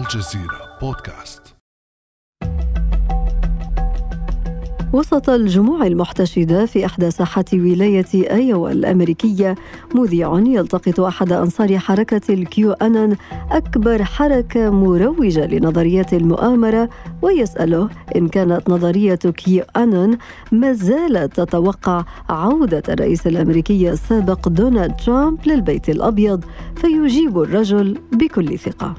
الجزيرة بودكاست. وسط الجموع المحتشدة في إحدى ساحات ولاية أيوا الأمريكية، مذيع يلتقط أحد أنصار حركة الكيو أنن، أكبر حركة مروجة لنظريات المؤامرة، ويسأله إن كانت نظرية كيو أنن ما زالت تتوقع عودة الرئيس الأمريكي السابق دونالد ترامب للبيت الأبيض، فيجيب الرجل بكل ثقة: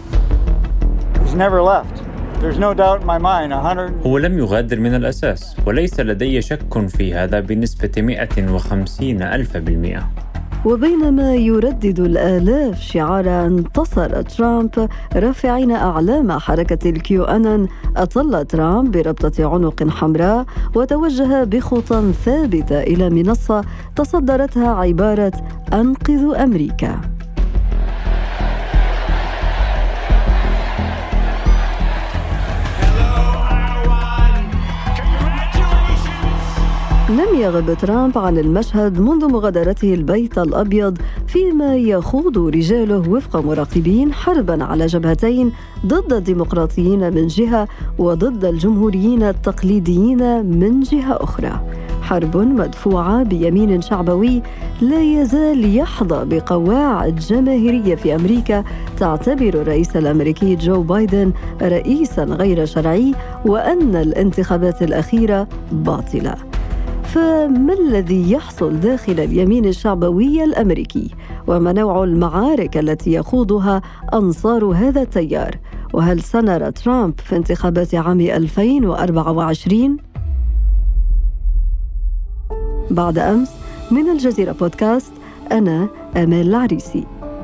هو لم يغادر من الأساس، وليس لدي شك في هذا بنسبة 150,000%. وبينما يردد الآلاف شعار انتصر ترامب رافعين أعلام حركة الكيو أنن، أطل ترامب بربطة عنق حمراء وتوجه بخطى ثابتة إلى منصة تصدرتها عبارة أنقذوا أمريكا. لم يغب ترامب عن المشهد منذ مغادرته البيت الأبيض، فيما يخوض رجاله وفق مراقبين حرباً على جبهتين ضد الديمقراطيين من جهة وضد الجمهوريين التقليديين من جهة أخرى. حرب مدفوعة بيمين شعبوي لا يزال يحظى بقواعد جماهيرية في أمريكا تعتبر الرئيس الأمريكي جو بايدن رئيساً غير شرعي، وأن الانتخابات الأخيرة باطلة. فما الذي يحصل داخل اليمين الشعبوي الأمريكي؟ وما نوع المعارك التي يخوضها أنصار هذا التيار؟ وهل سنرى ترامب في انتخابات عام 2024؟ بعد أمس من الجزيرة بودكاست، أنا آمال العريسي.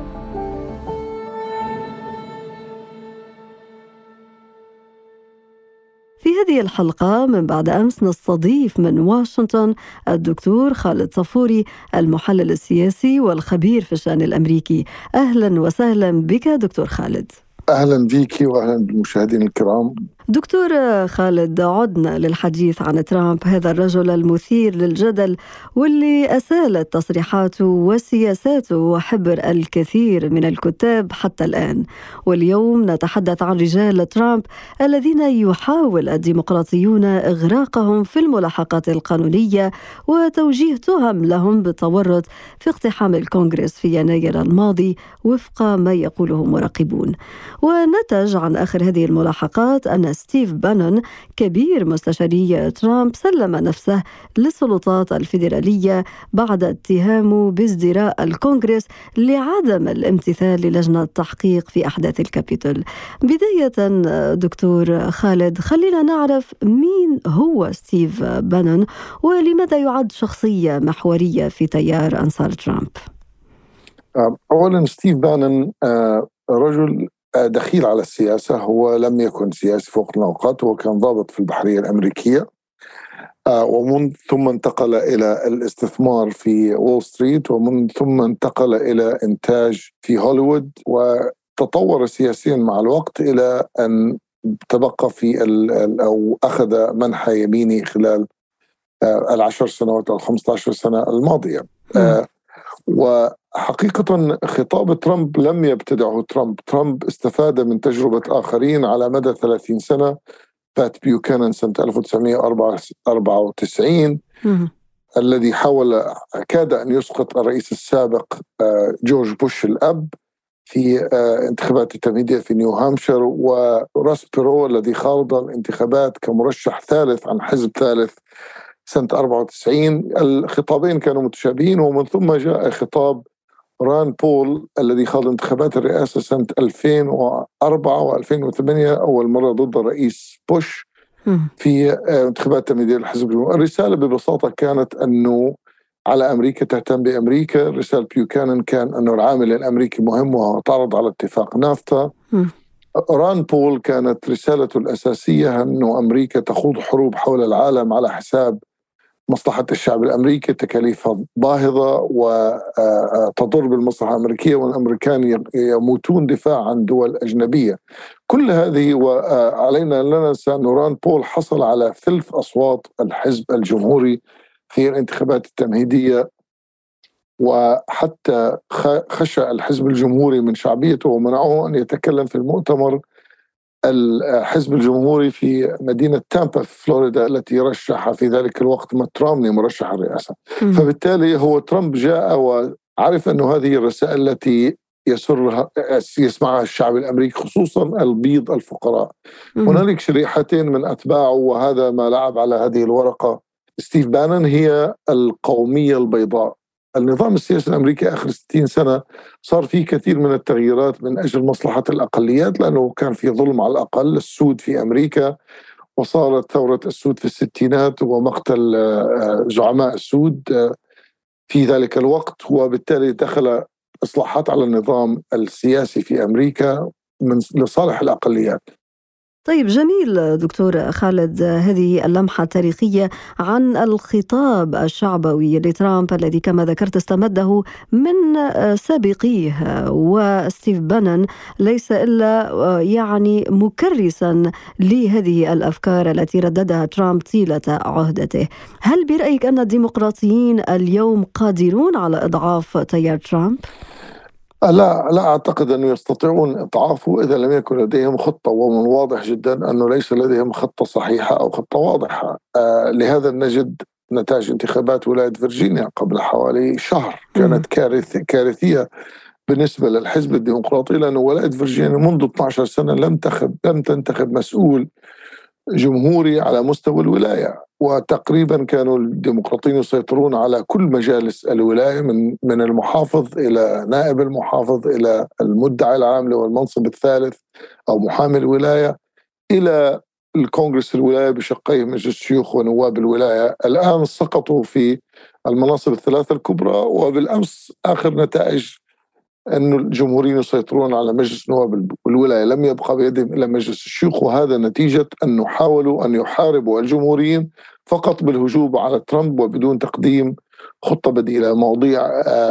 في هذه الحلقة من بعد أمس نستضيف من واشنطن الدكتور خالد صفوري، المحلل السياسي والخبير في الشأن الأمريكي. أهلا وسهلا بك دكتور خالد. أهلا بك وأهلا بالمشاهدين الكرام. دكتور خالد، عدنا للحديث عن ترامب، هذا الرجل المثير للجدل واللي أسالت تصريحاته وسياساته حبر الكثير من الكتاب حتى الآن. واليوم نتحدث عن رجال ترامب الذين يحاول الديمقراطيون إغراقهم في الملاحقات القانونية وتوجيه تهم لهم بالتورط في اقتحام الكونغرس في يناير الماضي وفق ما يقوله مراقبون. ونتج عن آخر هذه الملاحقات أن ستيف بانون كبير مستشاري ترامب سلم نفسه للسلطات الفيدرالية بعد اتهامه بازدراء الكونغرس لعدم الامتثال للجنة التحقيق في أحداث الكابيتول. بداية دكتور خالد، خلينا نعرف مين هو ستيف بانون ولماذا يعد شخصية محورية في تيار أنصار ترامب؟ أولا ستيف بانون رجل دخيل على السياسة. هو لم يكن سياسي في وقت من الأوقات، هو كان ضابط في البحرية الأمريكية، ومن ثم انتقل إلى الاستثمار في وول ستريت، ومن ثم انتقل إلى إنتاج في هوليوود، وتطور سياسيا مع الوقت إلى أن تبقى في أو أخذ منحى يميني خلال 10 سنوات أو 15 سنة الماضية. وحقيقة خطاب ترامب لم يبتدعه ترامب استفاد من تجربة آخرين على مدى 30 سنة. بات بيوكانان سنة 1994 الذي كاد أن يسقط الرئيس السابق جورج بوش الأب في انتخابات التمهيدية في نيو هامشير، وراس بيرو الذي خاض الانتخابات كمرشح ثالث عن حزب ثالث سنة 94. الخطابين كانوا متشابهين. ومن ثم جاء خطاب ران بول الذي خاض انتخابات الرئاسة سنة 2004 و2008 أول مرة ضد الرئيس بوش في انتخابات تمهيدية للحزب الجمهوري. الرسالة ببساطة كانت أنه على أمريكا تهتم بأمريكا. رسالة بيوكانان كان أنه العامل الأمريكي مهم وهو تعرض على اتفاق نافتا. ران بول كانت رسالته الأساسية أنه أمريكا تخوض حروب حول العالم على حساب مصلحة الشعب الأمريكي، تكاليفها باهظة وتضر بالمصلحة الأمريكية، والأمريكان يموتون دفاع عن دول أجنبية. كل هذه، وعلينا لا ننسى أن ران بول حصل على ثلث أصوات الحزب الجمهوري في الانتخابات التمهيدية، وحتى خشى الحزب الجمهوري من شعبيته ومنعه أن يتكلم في المؤتمر الحزب الجمهوري في مدينة تامبا في فلوريدا التي رشح في ذلك الوقت مات رومني مرشح الرئاسة. فبالتالي هو ترامب جاء وعرف أن هذه الرسائل التي يسمعها الشعب الأمريكي خصوصا البيض الفقراء. هنالك شريحتين من أتباعه، وهذا ما لعب على هذه الورقة ستيف بانون، هي القومية البيضاء. النظام السياسي الأمريكي آخر 60 سنة صار فيه كثير من التغييرات من أجل مصلحة الأقليات، لأنه كان في ظلم على الأقل السود في أمريكا، وصارت ثورة السود في الستينات ومقتل زعماء السود في ذلك الوقت، وبالتالي دخل إصلاحات على النظام السياسي في أمريكا لصالح الأقليات. طيب جميل دكتور خالد، هذه اللمحة التاريخية عن الخطاب الشعبوي لترامب الذي كما ذكرت استمده من سابقيه، وستيف بانون ليس إلا يعني مكرسا لهذه الأفكار التي رددها ترامب طيلة عهدته. هل برأيك أن الديمقراطيين اليوم قادرون على إضعاف تيار ترامب؟ لا أعتقد أنه يستطيعون إضعافه إذا لم يكن لديهم خطة، ومن واضح جدا أنه ليس لديهم خطة صحيحة أو خطة واضحة. لهذا نجد نتائج انتخابات ولاية فيرجينيا قبل حوالي شهر كانت كارثية بالنسبة للحزب الديمقراطي، لأنه ولاية فيرجينيا منذ 12 سنة لم تنتخب مسؤول جمهوري على مستوى الولاية، وتقريبا كانوا الديمقراطيين يسيطرون على كل مجالس الولاية من المحافظ إلى نائب المحافظ إلى المدعي العام والمنصب الثالث أو محامي الولاية إلى الكونغرس الولاية بشقيه مجلس الشيوخ ونواب الولاية. الآن سقطوا في المناصب الثلاثة الكبرى، وبالأمس آخر نتائج أن الجمهوريين يسيطرون على مجلس نواب الولاية، لم يبقى بيدهم إلا مجلس الشيوخ، وهذا نتيجة أنه حاولوا أن يحاربوا الجمهوريين فقط بالهجوم على ترامب وبدون تقديم خطة بديلة. مواضيع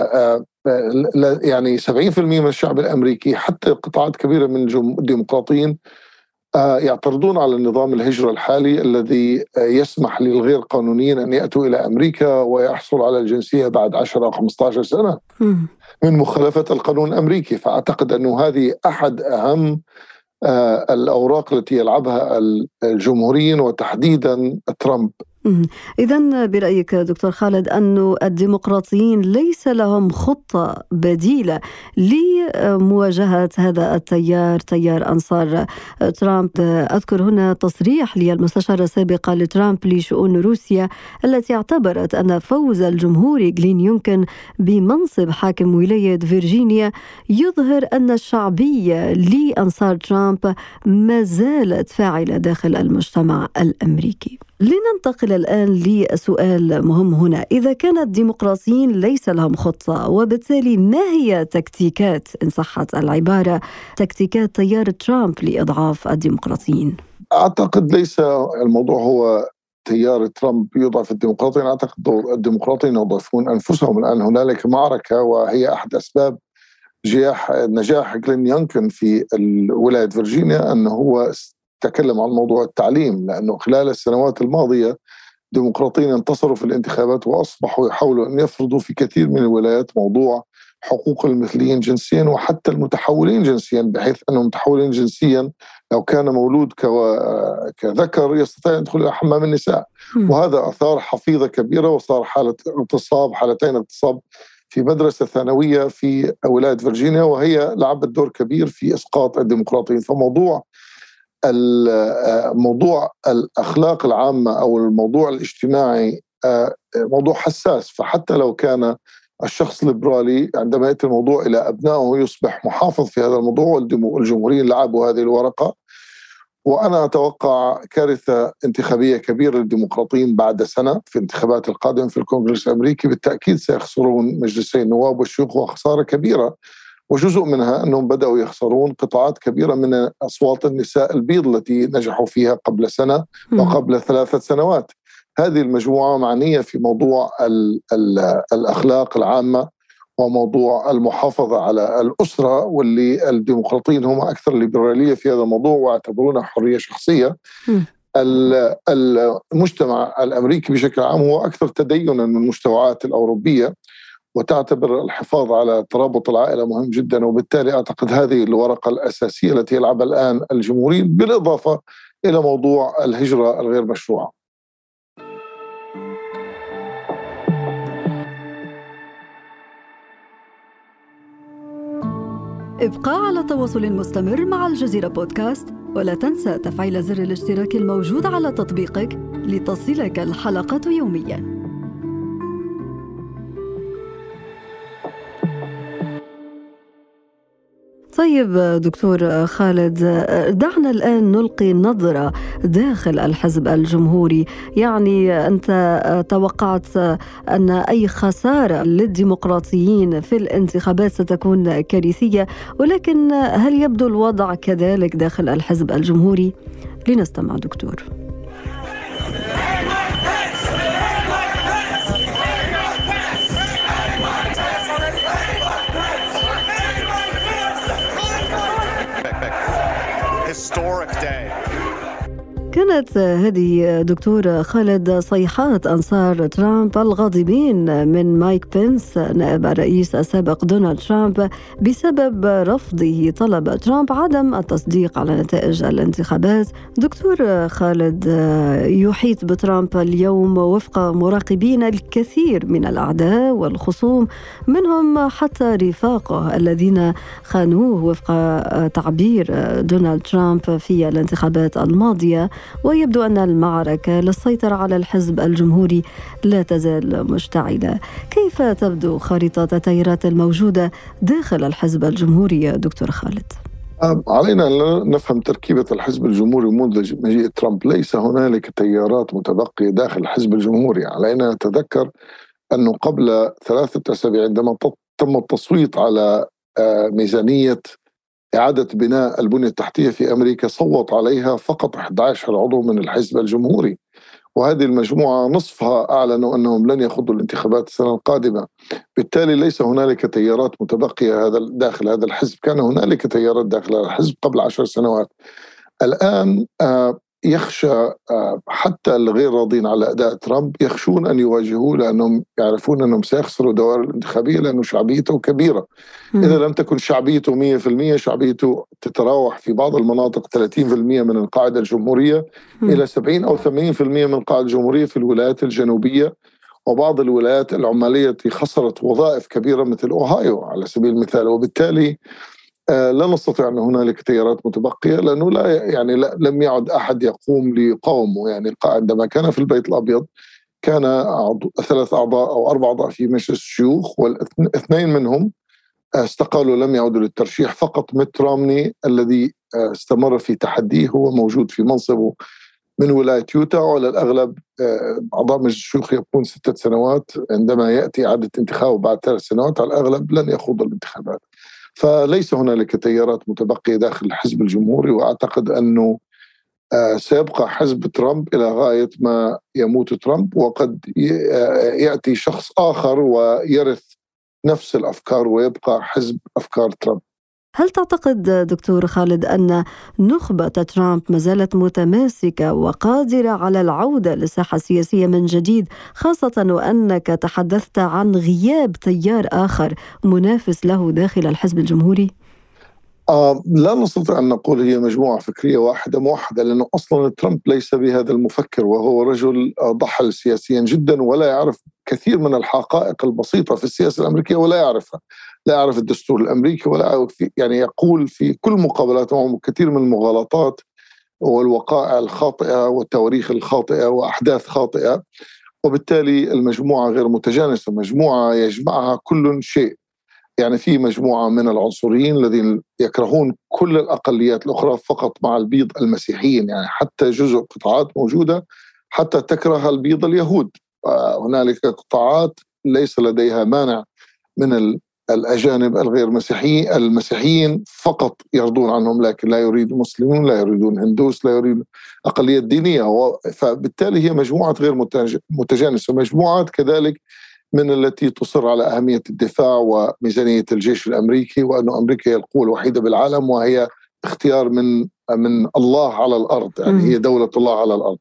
يعني 70% من الشعب الأمريكي حتى قطاعات كبيرة من الديمقراطيين يعترضون على النظام الهجرة الحالي الذي يسمح للغير قانونيين أن يأتوا إلى أمريكا ويحصل على الجنسية بعد 10 أو 15 سنة من مخالفة القانون الأمريكي. فأعتقد أنه هذه أحد أهم الأوراق التي يلعبها الجمهوريين وتحديدا ترامب. إذن برأيك دكتور خالد أن الديمقراطيين ليس لهم خطة بديلة لمواجهة هذا التيار، تيار أنصار ترامب؟ أذكر هنا تصريح للمستشارة السابقة لترامب لشؤون روسيا التي اعتبرت أن فوز الجمهوري غلين يونكن بمنصب حاكم ولاية فيرجينيا يظهر أن الشعبية لأنصار ترامب ما زالت فاعلة داخل المجتمع الأمريكي. لننتقل الآن لسؤال مهم هنا. إذا كان الديمقراطيين ليس لهم خطة، وبالتالي ما هي تكتيكات، إن صحت العبارة، تكتيكات تيار ترامب لإضعاف الديمقراطيين؟ أعتقد ليس الموضوع هو تيار ترامب يضعف الديمقراطيين، أعتقد الديمقراطيين يضعفون أنفسهم. الآن هنالك معركة، وهي أحد أسباب نجاح غلين يونكن في ولاية فيرجينيا أنه هو تكلم عن موضوع التعليم، لأنه خلال السنوات الماضية ديمقراطيين انتصروا في الانتخابات وأصبحوا يحاولوا أن يفرضوا في كثير من الولايات موضوع حقوق المثليين جنسيا وحتى المتحولين جنسيا، بحيث أنهم متحولين جنسيا لو كان مولود كذكر يستطيع أن يدخل إلى حمام النساء، وهذا أثار حفيظة كبيرة، وصار حالتين اغتصاب في مدرسة ثانوية في ولاية فيرجينيا، وهي لعبت دور كبير في إسقاط الديمقراطيين. فموضوع الأخلاق العامة أو الموضوع الاجتماعي موضوع حساس، فحتى لو كان الشخص الليبرالي عندما يأتي الموضوع إلى أبنائه يصبح محافظ في هذا الموضوع، والجمهوريين لعبوا هذه الورقة. وأنا أتوقع كارثة انتخابية كبيرة للديمقراطيين بعد سنة في الانتخابات القادمة في الكونغرس الأمريكي. بالتأكيد سيخسرون مجلسي النواب والشيوخ، وخسارة كبيرة، وجزء منها أنهم بدأوا يخسرون قطاعات كبيرة من أصوات النساء البيض التي نجحوا فيها قبل سنة وقبل 3 سنوات. هذه المجموعة معنية في موضوع الأخلاق العامة وموضوع المحافظة على الأسرة، واللي الديمقراطيين هم أكثر ليبرالية في هذا الموضوع واعتبرونها حرية شخصية. المجتمع الأمريكي بشكل عام هو أكثر تدينا من المجتمعات الأوروبية، وتعتبر الحفاظ على ترابط العائلة مهم جدا. وبالتالي أعتقد هذه الورقة الأساسية التي يلعبها الآن الجمهوريين، بالإضافة إلى موضوع الهجرة الغير مشروعة. ابقى على تواصل مستمر مع الجزيرة بودكاست، ولا تنسى تفعيل زر الاشتراك الموجود على تطبيقك لتصلك الحلقة يومياً. طيب دكتور خالد، دعنا الآن نلقي نظرة داخل الحزب الجمهوري. يعني أنت توقعت أن أي خسارة للديمقراطيين في الانتخابات ستكون كارثية، ولكن هل يبدو الوضع كذلك داخل الحزب الجمهوري؟ لنستمع دكتور. كانت هذه دكتور خالد صيحات أنصار ترامب الغاضبين من مايك بنس نائب الرئيس السابق دونالد ترامب بسبب رفضه طلب ترامب عدم التصديق على نتائج الانتخابات. دكتور خالد، يحيط بترامب اليوم وفق مراقبين الكثير من الأعداء والخصوم، منهم حتى رفاقه الذين خانوه وفق تعبير دونالد ترامب في الانتخابات الماضية. ويبدو أن المعركة للسيطرة على الحزب الجمهوري لا تزال مشتعلة. كيف تبدو خريطة التيارات الموجودة داخل الحزب الجمهوري يا دكتور خالد؟ علينا أن نفهم تركيبة الحزب الجمهوري منذ مجيء ترامب. ليس هنالك تيارات متبقية داخل الحزب الجمهوري. علينا نتذكر أنه قبل 3 أسابيع عندما تم التصويت على ميزانية إعادة بناء البنية التحتية في أمريكا، صوت عليها فقط 11 عضو من الحزب الجمهوري، وهذه المجموعة نصفها أعلنوا أنهم لن يخوضوا الانتخابات السنة القادمة. بالتالي ليس هنالك تيارات متبقية داخل هذا الحزب. كان هنالك تيارات داخل الحزب قبل 10 سنوات. الآن يخشى حتى الغير راضين على أداء ترامب يخشون أن يواجهوه، لأنهم يعرفون أنهم سيخسروا دوائر الانتخابية، لأنه شعبية كبيرة. إذا لم تكن شعبيته 100%، شعبيته تتراوح في بعض المناطق 30% من القاعدة الجمهورية إلى 70 أو 80% من القاعدة الجمهورية في الولايات الجنوبية وبعض الولايات العمالية التي خسرت وظائف كبيرة مثل أوهايو على سبيل المثال. وبالتالي لا نستطيع أن هنالك تيارات متبقية، لأنه لم يعد أحد يقوم ليقاومه. يعني عندما كان في البيت الأبيض كان 3 أعضاء أو 4 أعضاء في مجلس الشيوخ، والاثنين منهم استقالوا لم يعودوا للترشيح. فقط ميت رومني الذي استمر في تحديه هو موجود في منصبه من ولاية يوتا، وعلى الأغلب أعضاء مجلس الشيوخ يكون 6 سنوات. عندما يأتي إعادة انتخابه بعد 3 سنوات على الأغلب لن يخوض الانتخابات. فليس هنالك تيارات متبقية داخل الحزب الجمهوري، وأعتقد أنه سيبقى حزب ترامب إلى غاية ما يموت ترامب، وقد يأتي شخص آخر ويرث نفس الأفكار ويبقى حزب أفكار ترامب. هل تعتقد دكتور خالد أن نخبة ترامب ما زالت متماسكة وقادرة على العودة للساحة السياسية من جديد، خاصة وأنك تحدثت عن غياب تيار آخر منافس له داخل الحزب الجمهوري؟ لا نستطيع أن نقول هي مجموعة فكرية واحدة موحدة، لأنه أصلا ترامب ليس بهذا المفكر، وهو رجل ضحل سياسيا جدا ولا يعرف كثير من الحقائق البسيطة في السياسة الأمريكية، ولا يعرفها. لا يعرف الدستور الأمريكي، ولا يعرف يعني يقول في كل مقابلاته كثير من المغالطات والوقائع الخاطئة والتواريخ الخاطئة وأحداث خاطئة. وبالتالي المجموعة غير متجانسة، مجموعة يجمعها كل شيء. يعني في مجموعة من العنصريين الذين يكرهون كل الأقليات الأخرى فقط مع البيض المسيحيين، يعني حتى جزء قطاعات موجودة حتى تكره البيض اليهود. هنالك قطاعات ليس لديها مانع من الأجانب الغير مسيحيين، المسيحيين فقط يرضون عنهم، لكن لا يريد مسلمون، لا يريدون هندوس، لا يريد أقليات دينية. فبالتالي هي مجموعة غير متجانسة. مجموعات كذلك من التي تصر على أهمية الدفاع وميزانية الجيش الأمريكي، وأن أمريكا هي القوة الوحيدة بالعالم، وهي اختيار من الله على الأرض، يعني هي دولة الله على الأرض.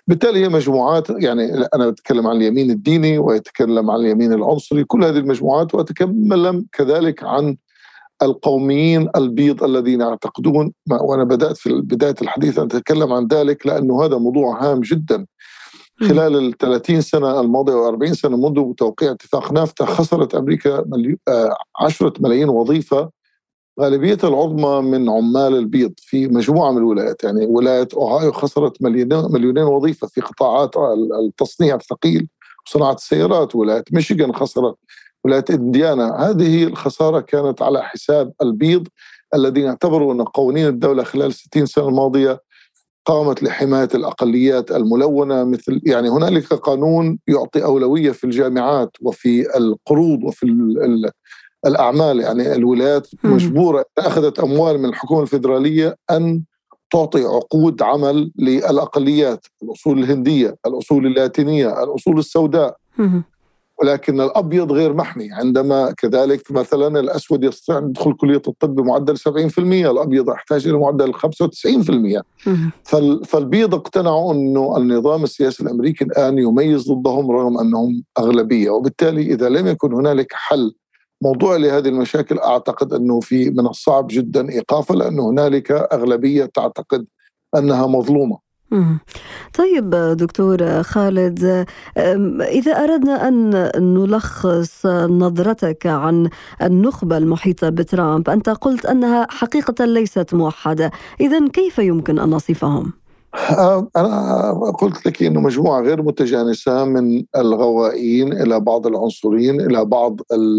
بالتالي هي مجموعات، يعني أنا أتكلم عن اليمين الديني ويتكلم عن اليمين العنصري، كل هذه المجموعات، وأتكلم كذلك عن القوميين البيض الذين يعتقدون، وأنا بدأت في بداية الحديث أن أتكلم عن ذلك لأنه هذا موضوع هام جدا. خلال 30 سنة الماضية و40 سنة منذ توقيع اتفاق نافتا خسرت أمريكا 10 ملايين وظيفة، غالبية العظمى من عمال البيض في مجموعة من الولايات. يعني ولاية أوهايو خسرت مليونين وظيفة في قطاعات التصنيع الثقيل وصناعة السيارات، ولاية ميشيغان خسرت، ولاية إنديانا. هذه الخسارة كانت على حساب البيض الذين اعتبروا أن قوانين الدولة خلال 60 سنة الماضية قامت لحماية الأقليات الملونة، مثل يعني هنالك قانون يعطي أولوية في الجامعات وفي القروض وفي الأعمال. يعني الولايات مجبورة أخذت أموال من الحكومة الفيدرالية أن تعطي عقود عمل للأقليات، الأصول الهندية، الأصول اللاتينية، الأصول السوداء، ولكن الأبيض غير محمي. عندما كذلك مثلا الأسود يستطيع أن يدخل كلية الطب بمعدل 70%، الأبيض يحتاج إلى معدل 95%. فالبيض اقتنعوا أنه النظام السياسي الأمريكي الآن يميز ضدهم رغم أنهم أغلبية، وبالتالي إذا لم يكن هنالك حل موضوع لهذه المشاكل أعتقد أنه من الصعب جدا إيقافها، لأن هنالك أغلبية تعتقد أنها مظلومة. طيب دكتور خالد، إذا أردنا أن نلخص نظرتك عن النخبة المحيطة بترامب، أنت قلت أنها حقيقة ليست موحدة، إذن كيف يمكن أن نصفهم؟ أنا قلت لك أنه مجموعة غير متجانسة من الغوائيين إلى بعض العنصريين إلى بعض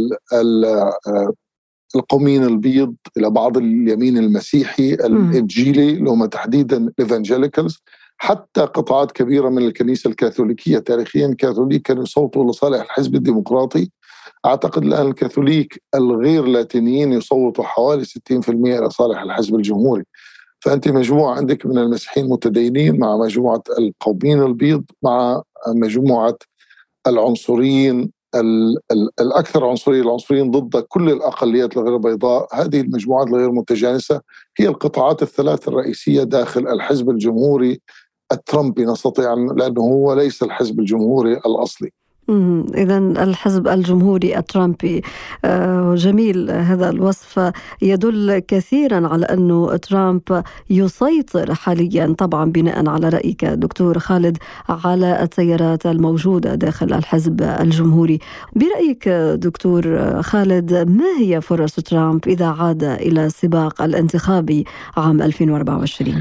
القوميين البيض إلى بعض اليمين المسيحي الإنجيلي اللي هم تحديدا الإيفانجيليكالز، حتى قطاعات كبيرة من الكنيسة الكاثوليكية. تاريخيا الكاثوليك كانوا يصوتوا لصالح الحزب الديمقراطي. أعتقد الآن الكاثوليك الغير لاتينيين يصوتوا حوالي 60% لصالح الحزب الجمهوري. فأنت مجموعة عندك من المسيحيين المتدينين مع مجموعة القوميين البيض مع مجموعة العنصريين الأكثر عنصرية، العنصريين ضد كل الأقليات الغير بيضاء. هذه المجموعات الغير متجانسة هي القطاعات الثلاث الرئيسية داخل الحزب الجمهوري الترامبي، نستطيع لأنه هو ليس الحزب الجمهوري الأصلي. إذن الحزب الجمهوري الترامبي. جميل، هذا الوصف يدل كثيرا على أنه ترامب يسيطر حاليا، طبعا بناء على رأيك دكتور خالد، على التيارات الموجودة داخل الحزب الجمهوري. برأيك دكتور خالد، ما هي فرص ترامب إذا عاد إلى السباق الانتخابي عام 2024؟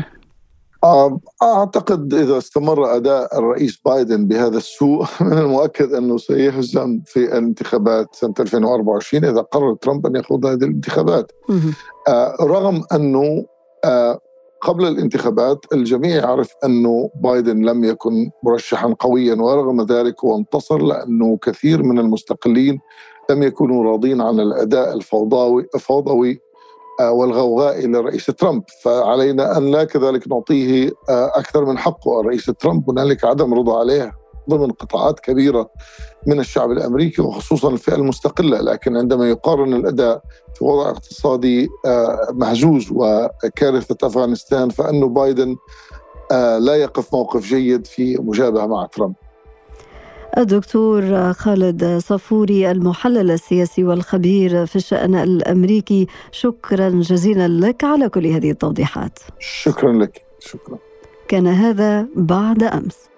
أعتقد إذا استمر أداء الرئيس بايدن بهذا السوء من المؤكد أنه سيهزم في انتخابات سنة 2024 إذا قرر ترامب أن يخوض هذه الانتخابات. رغم أنه قبل الانتخابات الجميع يعرف أنه بايدن لم يكن مرشحا قويا، ورغم ذلك هو انتصر، لأنه كثير من المستقلين لم يكونوا راضين عن الأداء الفوضوي والغوغاء لرئيس ترامب. فعلينا أن لا كذلك نعطيه أكثر من حقه. الرئيس ترامب هنالك عدم رضا عليه ضمن قطاعات كبيرة من الشعب الأمريكي وخصوصا الفئة المستقلة، لكن عندما يقارن الأداء في وضع اقتصادي مهزوز وكارثة أفغانستان فإنه بايدن لا يقف موقف جيد في مجابهة مع ترامب. الدكتور خالد صفوري، المحلل السياسي والخبير في الشأن الأمريكي، شكرا جزيلا لك على كل هذه التوضيحات. شكرا لك. شكرا. كان هذا بعد أمس.